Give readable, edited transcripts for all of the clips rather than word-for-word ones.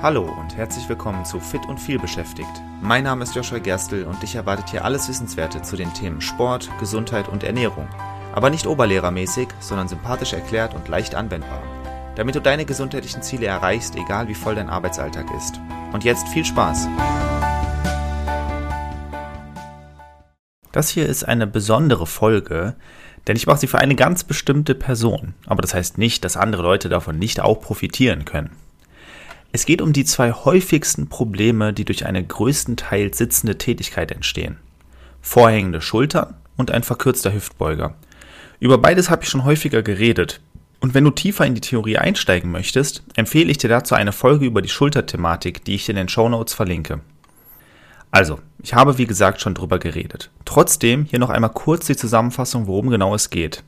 Hallo und herzlich willkommen zu Fit und viel beschäftigt. Mein Name ist Joshua Gerstl und dich erwartet hier alles Wissenswerte zu den Themen Sport, Gesundheit und Ernährung. Aber nicht oberlehrermäßig, sondern sympathisch erklärt und leicht anwendbar. Damit du deine gesundheitlichen Ziele erreichst, egal wie voll dein Arbeitsalltag ist. Und jetzt viel Spaß! Das hier ist eine besondere Folge, denn ich mache sie für eine ganz bestimmte Person. Aber das heißt nicht, dass andere Leute davon nicht auch profitieren können. Es geht um die zwei häufigsten Probleme, die durch eine größtenteils sitzende Tätigkeit entstehen. Vorhängende Schultern und ein verkürzter Hüftbeuger. Über beides habe ich schon häufiger geredet. Und wenn du tiefer in die Theorie einsteigen möchtest, empfehle ich dir dazu eine Folge über die Schulterthematik, die ich dir in den Shownotes verlinke. Also, ich habe wie gesagt schon drüber geredet. Trotzdem hier noch einmal kurz die Zusammenfassung, worum genau es geht.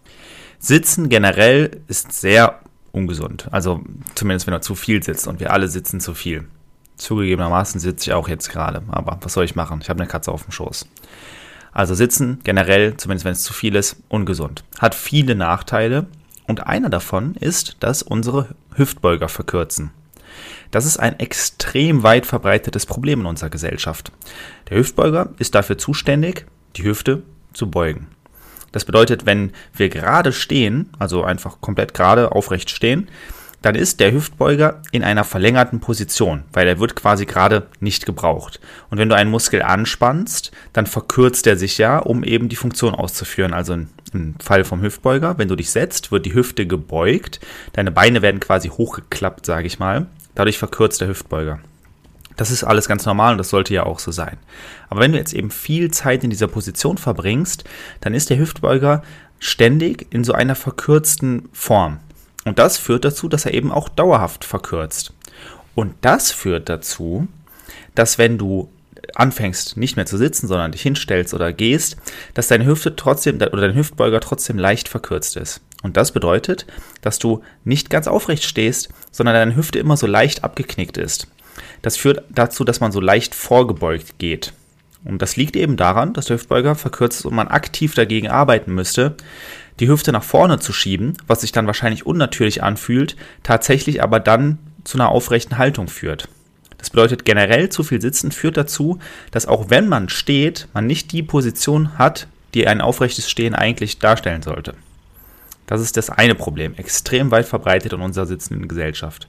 Sitzen generell ist sehr ungesund. Also zumindest wenn du zu viel sitzt und wir alle sitzen zu viel. Zugegebenermaßen sitze ich auch jetzt gerade, aber was soll ich machen? Ich habe eine Katze auf dem Schoß. Also Sitzen generell, zumindest wenn es zu viel ist, ungesund. Hat viele Nachteile und einer davon ist, dass unsere Hüftbeuger verkürzen. Das ist ein extrem weit verbreitetes Problem in unserer Gesellschaft. Der Hüftbeuger ist dafür zuständig, die Hüfte zu beugen. Das bedeutet, wenn wir gerade stehen, also einfach komplett gerade aufrecht stehen, dann ist der Hüftbeuger in einer verlängerten Position, weil er wird quasi gerade nicht gebraucht. Und wenn du einen Muskel anspannst, dann verkürzt er sich ja, um eben die Funktion auszuführen. Also im Fall vom Hüftbeuger, wenn du dich setzt, wird die Hüfte gebeugt, deine Beine werden quasi hochgeklappt, sage ich mal. Dadurch verkürzt der Hüftbeuger. Das ist alles ganz normal und das sollte ja auch so sein. Aber wenn du jetzt eben viel Zeit in dieser Position verbringst, dann ist der Hüftbeuger ständig in so einer verkürzten Form. Und das führt dazu, dass er eben auch dauerhaft verkürzt. Und das führt dazu, dass wenn du anfängst nicht mehr zu sitzen, sondern dich hinstellst oder gehst, dass deine Hüfte trotzdem oder dein Hüftbeuger trotzdem leicht verkürzt ist. Und das bedeutet, dass du nicht ganz aufrecht stehst, sondern deine Hüfte immer so leicht abgeknickt ist. Das führt dazu, dass man so leicht vorgebeugt geht. Und das liegt eben daran, dass der Hüftbeuger verkürzt ist und man aktiv dagegen arbeiten müsste, die Hüfte nach vorne zu schieben, was sich dann wahrscheinlich unnatürlich anfühlt, tatsächlich aber dann zu einer aufrechten Haltung führt. Das bedeutet, generell zu viel Sitzen führt dazu, dass auch wenn man steht, man nicht die Position hat, die ein aufrechtes Stehen eigentlich darstellen sollte. Das ist das eine Problem, extrem weit verbreitet in unserer sitzenden Gesellschaft.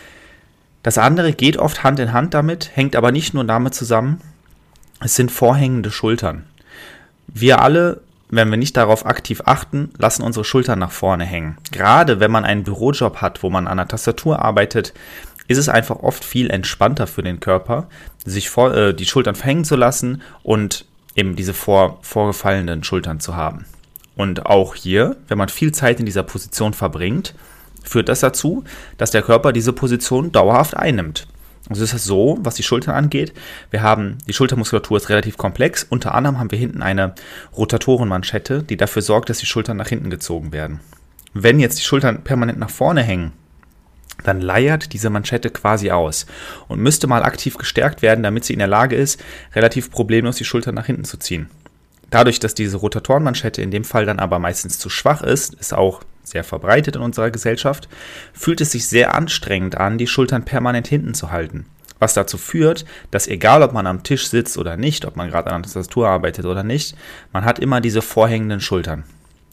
Das andere geht oft Hand in Hand damit, hängt aber nicht nur damit zusammen, es sind vorhängende Schultern. Wir alle, wenn wir nicht darauf aktiv achten, lassen unsere Schultern nach vorne hängen. Gerade wenn man einen Bürojob hat, wo man an der Tastatur arbeitet, ist es einfach oft viel entspannter für den Körper, sich die Schultern verhängen zu lassen und eben diese vorgefallenen Schultern zu haben. Und auch hier, wenn man viel Zeit in dieser Position verbringt, führt das dazu, dass der Körper diese Position dauerhaft einnimmt. Also es ist so, was die Schultern angeht, die Schultermuskulatur ist relativ komplex, unter anderem haben wir hinten eine Rotatorenmanschette, die dafür sorgt, dass die Schultern nach hinten gezogen werden. Wenn jetzt die Schultern permanent nach vorne hängen, dann leiert diese Manschette quasi aus und müsste mal aktiv gestärkt werden, damit sie in der Lage ist, relativ problemlos die Schultern nach hinten zu ziehen. Dadurch, dass diese Rotatorenmanschette in dem Fall dann aber meistens zu schwach ist auch sehr verbreitet in unserer Gesellschaft, fühlt es sich sehr anstrengend an, die Schultern permanent hinten zu halten. Was dazu führt, dass egal, ob man am Tisch sitzt oder nicht, ob man gerade an der Tastatur arbeitet oder nicht, man hat immer diese vorhängenden Schultern.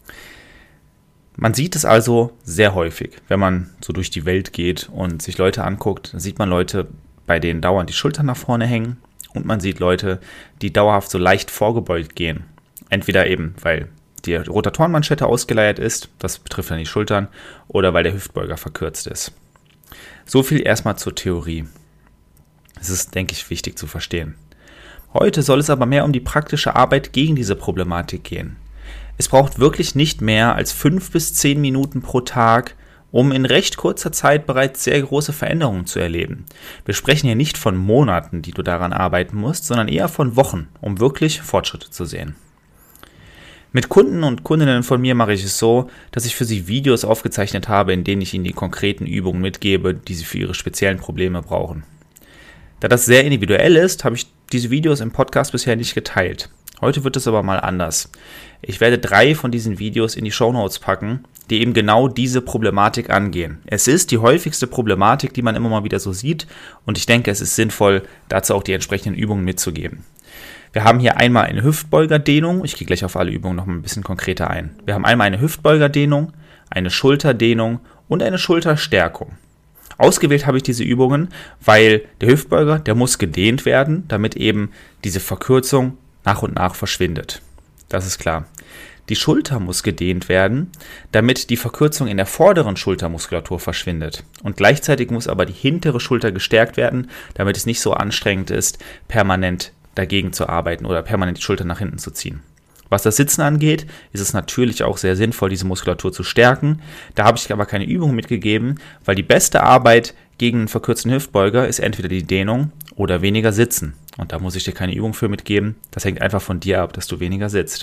Man sieht es also sehr häufig, wenn man so durch die Welt geht und sich Leute anguckt, dann sieht man Leute, bei denen dauernd die Schultern nach vorne hängen und man sieht Leute, die dauerhaft so leicht vorgebeugt gehen. Entweder eben, weil die Rotatorenmanschette ausgeleiert ist, das betrifft dann die Schultern, oder weil der Hüftbeuger verkürzt ist. So viel erstmal zur Theorie. Das ist, denke ich, wichtig zu verstehen. Heute soll es aber mehr um die praktische Arbeit gegen diese Problematik gehen. Es braucht wirklich nicht mehr als 5 bis 10 Minuten pro Tag, um in recht kurzer Zeit bereits sehr große Veränderungen zu erleben. Wir sprechen hier nicht von Monaten, die du daran arbeiten musst, sondern eher von Wochen, um wirklich Fortschritte zu sehen. Mit Kunden und Kundinnen von mir mache ich es so, dass ich für sie Videos aufgezeichnet habe, in denen ich ihnen die konkreten Übungen mitgebe, die sie für ihre speziellen Probleme brauchen. Da das sehr individuell ist, habe ich diese Videos im Podcast bisher nicht geteilt. Heute wird es aber mal anders. Ich werde 3 von diesen Videos in die Shownotes packen, die eben genau diese Problematik angehen. Es ist die häufigste Problematik, die man immer mal wieder so sieht, und ich denke, es ist sinnvoll, dazu auch die entsprechenden Übungen mitzugeben. Wir haben hier einmal eine Hüftbeugerdehnung. Ich gehe gleich auf alle Übungen noch mal ein bisschen konkreter ein. Wir haben einmal eine Hüftbeugerdehnung, eine Schulterdehnung und eine Schulterstärkung. Ausgewählt habe ich diese Übungen, weil der Hüftbeuger, der muss gedehnt werden, damit eben diese Verkürzung nach und nach verschwindet. Das ist klar. Die Schulter muss gedehnt werden, damit die Verkürzung in der vorderen Schultermuskulatur verschwindet. Und gleichzeitig muss aber die hintere Schulter gestärkt werden, damit es nicht so anstrengend ist, permanent dagegen zu arbeiten oder permanent die Schulter nach hinten zu ziehen. Was das Sitzen angeht, ist es natürlich auch sehr sinnvoll, diese Muskulatur zu stärken. Da habe ich aber keine Übung mitgegeben, weil die beste Arbeit gegen einen verkürzten Hüftbeuger ist entweder die Dehnung oder weniger Sitzen. Und da muss ich dir keine Übung für mitgeben. Das hängt einfach von dir ab, dass du weniger sitzt.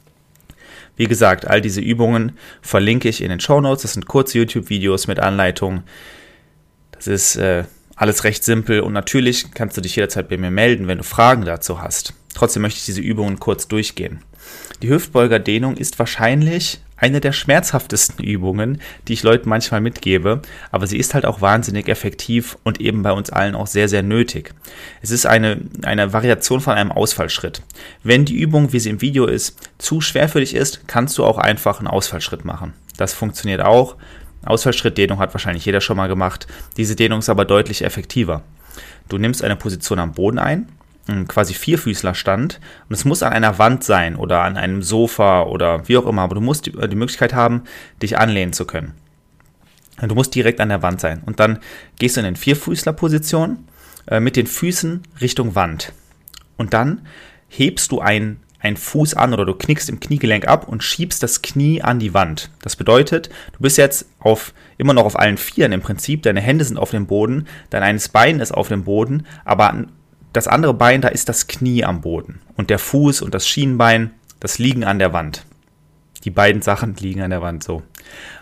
Wie gesagt, all diese Übungen verlinke ich in den Shownotes. Das sind kurze YouTube-Videos mit Anleitungen. Das ist alles recht simpel und natürlich kannst du dich jederzeit bei mir melden, wenn du Fragen dazu hast. Trotzdem möchte ich diese Übungen kurz durchgehen. Die Hüftbeugerdehnung ist wahrscheinlich eine der schmerzhaftesten Übungen, die ich Leuten manchmal mitgebe, aber sie ist halt auch wahnsinnig effektiv und eben bei uns allen auch sehr, sehr nötig. Es ist eine Variation von einem Ausfallschritt. Wenn die Übung, wie sie im Video ist, zu schwer für dich ist, kannst du auch einfach einen Ausfallschritt machen. Das funktioniert auch. Ausfallschrittdehnung hat wahrscheinlich jeder schon mal gemacht. Diese Dehnung ist aber deutlich effektiver. Du nimmst eine Position am Boden ein, quasi Vierfüßlerstand, und es muss an einer Wand sein oder an einem Sofa oder wie auch immer, aber du musst die Möglichkeit haben, dich anlehnen zu können. Du musst direkt an der Wand sein und dann gehst du in eine Vierfüßlerposition mit den Füßen Richtung Wand und dann hebst du einen Fuß an oder du knickst im Kniegelenk ab und schiebst das Knie an die Wand. Das bedeutet, du bist jetzt immer noch auf allen Vieren im Prinzip, deine Hände sind auf dem Boden, dein eines Bein ist auf dem Boden, aber das andere Bein, da ist das Knie am Boden. Und der Fuß und das Schienbein, das liegen an der Wand. Die beiden Sachen liegen an der Wand so.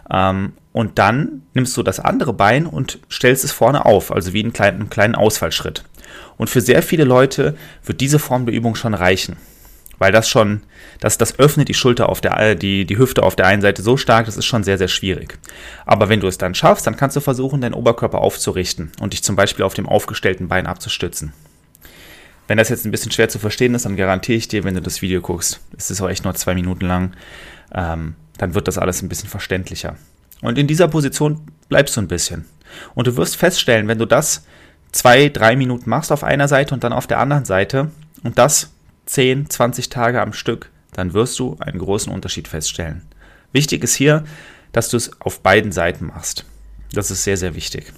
Und dann nimmst du das andere Bein und stellst es vorne auf, also wie einen kleinen Ausfallschritt. Und für sehr viele Leute wird diese Form der Übung schon reichen. Weil das öffnet die Schulter die Hüfte auf der einen Seite so stark, das ist schon sehr, sehr schwierig. Aber wenn du es dann schaffst, dann kannst du versuchen, deinen Oberkörper aufzurichten und dich zum Beispiel auf dem aufgestellten Bein abzustützen. Wenn das jetzt ein bisschen schwer zu verstehen ist, dann garantiere ich dir, wenn du das Video guckst, es ist auch echt nur 2 Minuten lang, dann wird das alles ein bisschen verständlicher. Und in dieser Position bleibst du ein bisschen. Und du wirst feststellen, wenn du das 2-3 Minuten machst auf einer Seite und dann auf der anderen Seite und das 10, 20 Tage am Stück, dann wirst du einen großen Unterschied feststellen. Wichtig ist hier, dass du es auf beiden Seiten machst. Das ist sehr, sehr wichtig.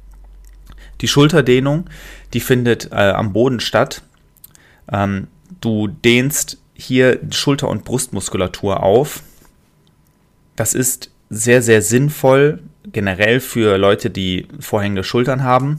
Die Schulterdehnung, die findet am Boden statt. Du dehnst hier die Schulter- und Brustmuskulatur auf. Das ist sehr, sehr sinnvoll, generell für Leute, die vorhängende Schultern haben.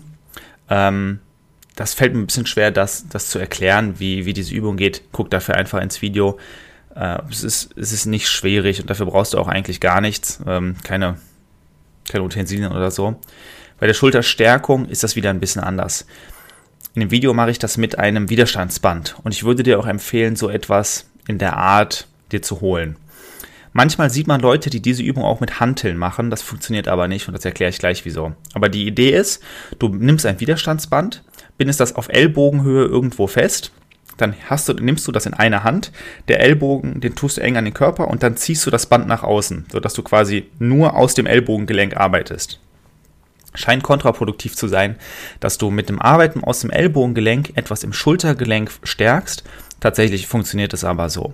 Das fällt mir ein bisschen schwer, das zu erklären, wie diese Übung geht. Guck dafür einfach ins Video. Es ist nicht schwierig und dafür brauchst du auch eigentlich gar nichts. Keine Utensilien oder so. Bei der Schulterstärkung ist das wieder ein bisschen anders. In dem Video mache ich das mit einem Widerstandsband und ich würde dir auch empfehlen, so etwas in der Art dir zu holen. Manchmal sieht man Leute, die diese Übung auch mit Hanteln machen, das funktioniert aber nicht und das erkläre ich gleich wieso. Aber die Idee ist, du nimmst ein Widerstandsband, bindest das auf Ellbogenhöhe irgendwo fest, dann nimmst du das in einer Hand, der Ellbogen, den tust du eng an den Körper und dann ziehst du das Band nach außen, sodass du quasi nur aus dem Ellbogengelenk arbeitest. Scheint kontraproduktiv zu sein, dass du mit dem Arbeiten aus dem Ellbogengelenk etwas im Schultergelenk stärkst. Tatsächlich funktioniert es aber so.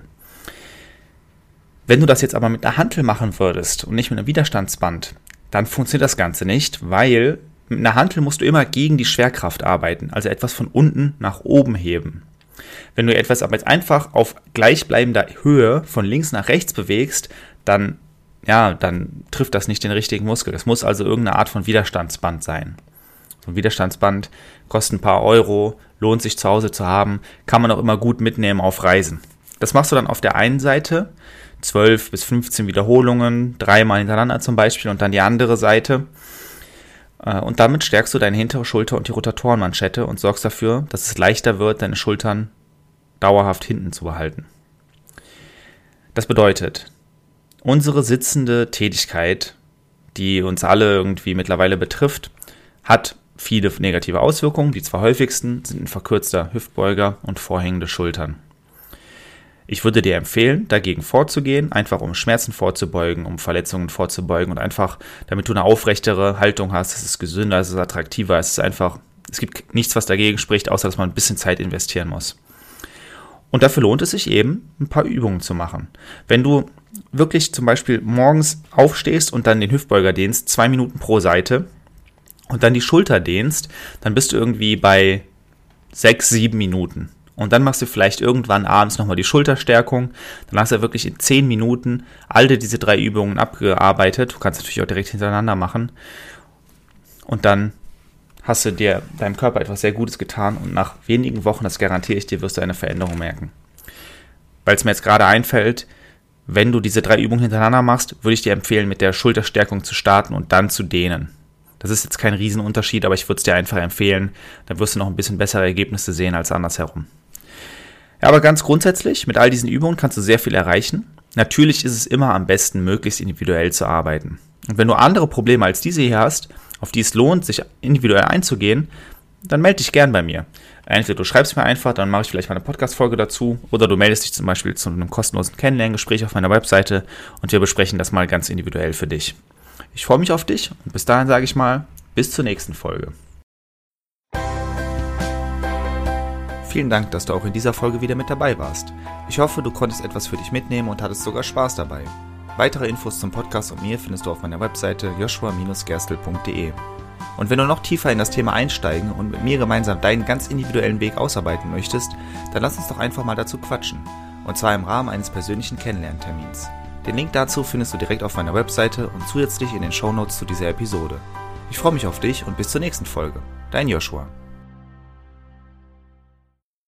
Wenn du das jetzt aber mit einer Hantel machen würdest und nicht mit einem Widerstandsband, dann funktioniert das Ganze nicht, weil mit einer Hantel musst du immer gegen die Schwerkraft arbeiten, also etwas von unten nach oben heben. Wenn du etwas aber jetzt einfach auf gleichbleibender Höhe von links nach rechts bewegst, dann trifft das nicht den richtigen Muskel. Es muss also irgendeine Art von Widerstandsband sein. So ein Widerstandsband kostet ein paar Euro, lohnt sich zu Hause zu haben, kann man auch immer gut mitnehmen auf Reisen. Das machst du dann auf der einen Seite, 12 bis 15 Wiederholungen, 3-mal hintereinander zum Beispiel und dann die andere Seite. Und damit stärkst du deine hintere Schulter und die Rotatorenmanschette und sorgst dafür, dass es leichter wird, deine Schultern dauerhaft hinten zu behalten. Das bedeutet, unsere sitzende Tätigkeit, die uns alle irgendwie mittlerweile betrifft, hat viele negative Auswirkungen. Die zwei häufigsten sind ein verkürzter Hüftbeuger und vorhängende Schultern. Ich würde dir empfehlen, dagegen vorzugehen, einfach um Schmerzen vorzubeugen, um Verletzungen vorzubeugen und einfach, damit du eine aufrechtere Haltung hast, es ist gesünder, es ist attraktiver, es gibt nichts, was dagegen spricht, außer dass man ein bisschen Zeit investieren muss. Und dafür lohnt es sich eben, ein paar Übungen zu machen. Wenn du wirklich zum Beispiel morgens aufstehst und dann den Hüftbeuger dehnst, 2 Minuten pro Seite und dann die Schulter dehnst, dann bist du irgendwie bei 6, 7 Minuten. Und dann machst du vielleicht irgendwann abends nochmal die Schulterstärkung. Dann hast du wirklich in 10 Minuten alle diese 3 Übungen abgearbeitet. Du kannst natürlich auch direkt hintereinander machen. Und dann hast du deinem Körper etwas sehr Gutes getan. Und nach wenigen Wochen, das garantiere ich dir, wirst du eine Veränderung merken. Weil es mir jetzt gerade einfällt, wenn du diese 3 Übungen hintereinander machst, würde ich dir empfehlen, mit der Schulterstärkung zu starten und dann zu dehnen. Das ist jetzt kein Riesenunterschied, aber ich würde es dir einfach empfehlen. Dann wirst du noch ein bisschen bessere Ergebnisse sehen als andersherum. Ja, aber ganz grundsätzlich, mit all diesen Übungen kannst du sehr viel erreichen. Natürlich ist es immer am besten, möglichst individuell zu arbeiten. Und wenn du andere Probleme als diese hier hast, auf die es lohnt, sich individuell einzugehen, dann melde dich gern bei mir. Entweder du schreibst mir einfach, dann mache ich vielleicht mal eine Podcast-Folge dazu, oder du meldest dich zum Beispiel zu einem kostenlosen Kennenlerngespräch auf meiner Webseite und wir besprechen das mal ganz individuell für dich. Ich freue mich auf dich und bis dahin sage ich mal, bis zur nächsten Folge. Vielen Dank, dass du auch in dieser Folge wieder mit dabei warst. Ich hoffe, du konntest etwas für dich mitnehmen und hattest sogar Spaß dabei. Weitere Infos zum Podcast und mir findest du auf meiner Webseite joshua-gerstl.de. Und wenn du noch tiefer in das Thema einsteigen und mit mir gemeinsam deinen ganz individuellen Weg ausarbeiten möchtest, dann lass uns doch einfach mal dazu quatschen. Und zwar im Rahmen eines persönlichen Kennenlerntermins. Den Link dazu findest du direkt auf meiner Webseite und zusätzlich in den Shownotes zu dieser Episode. Ich freue mich auf dich und bis zur nächsten Folge. Dein Joshua.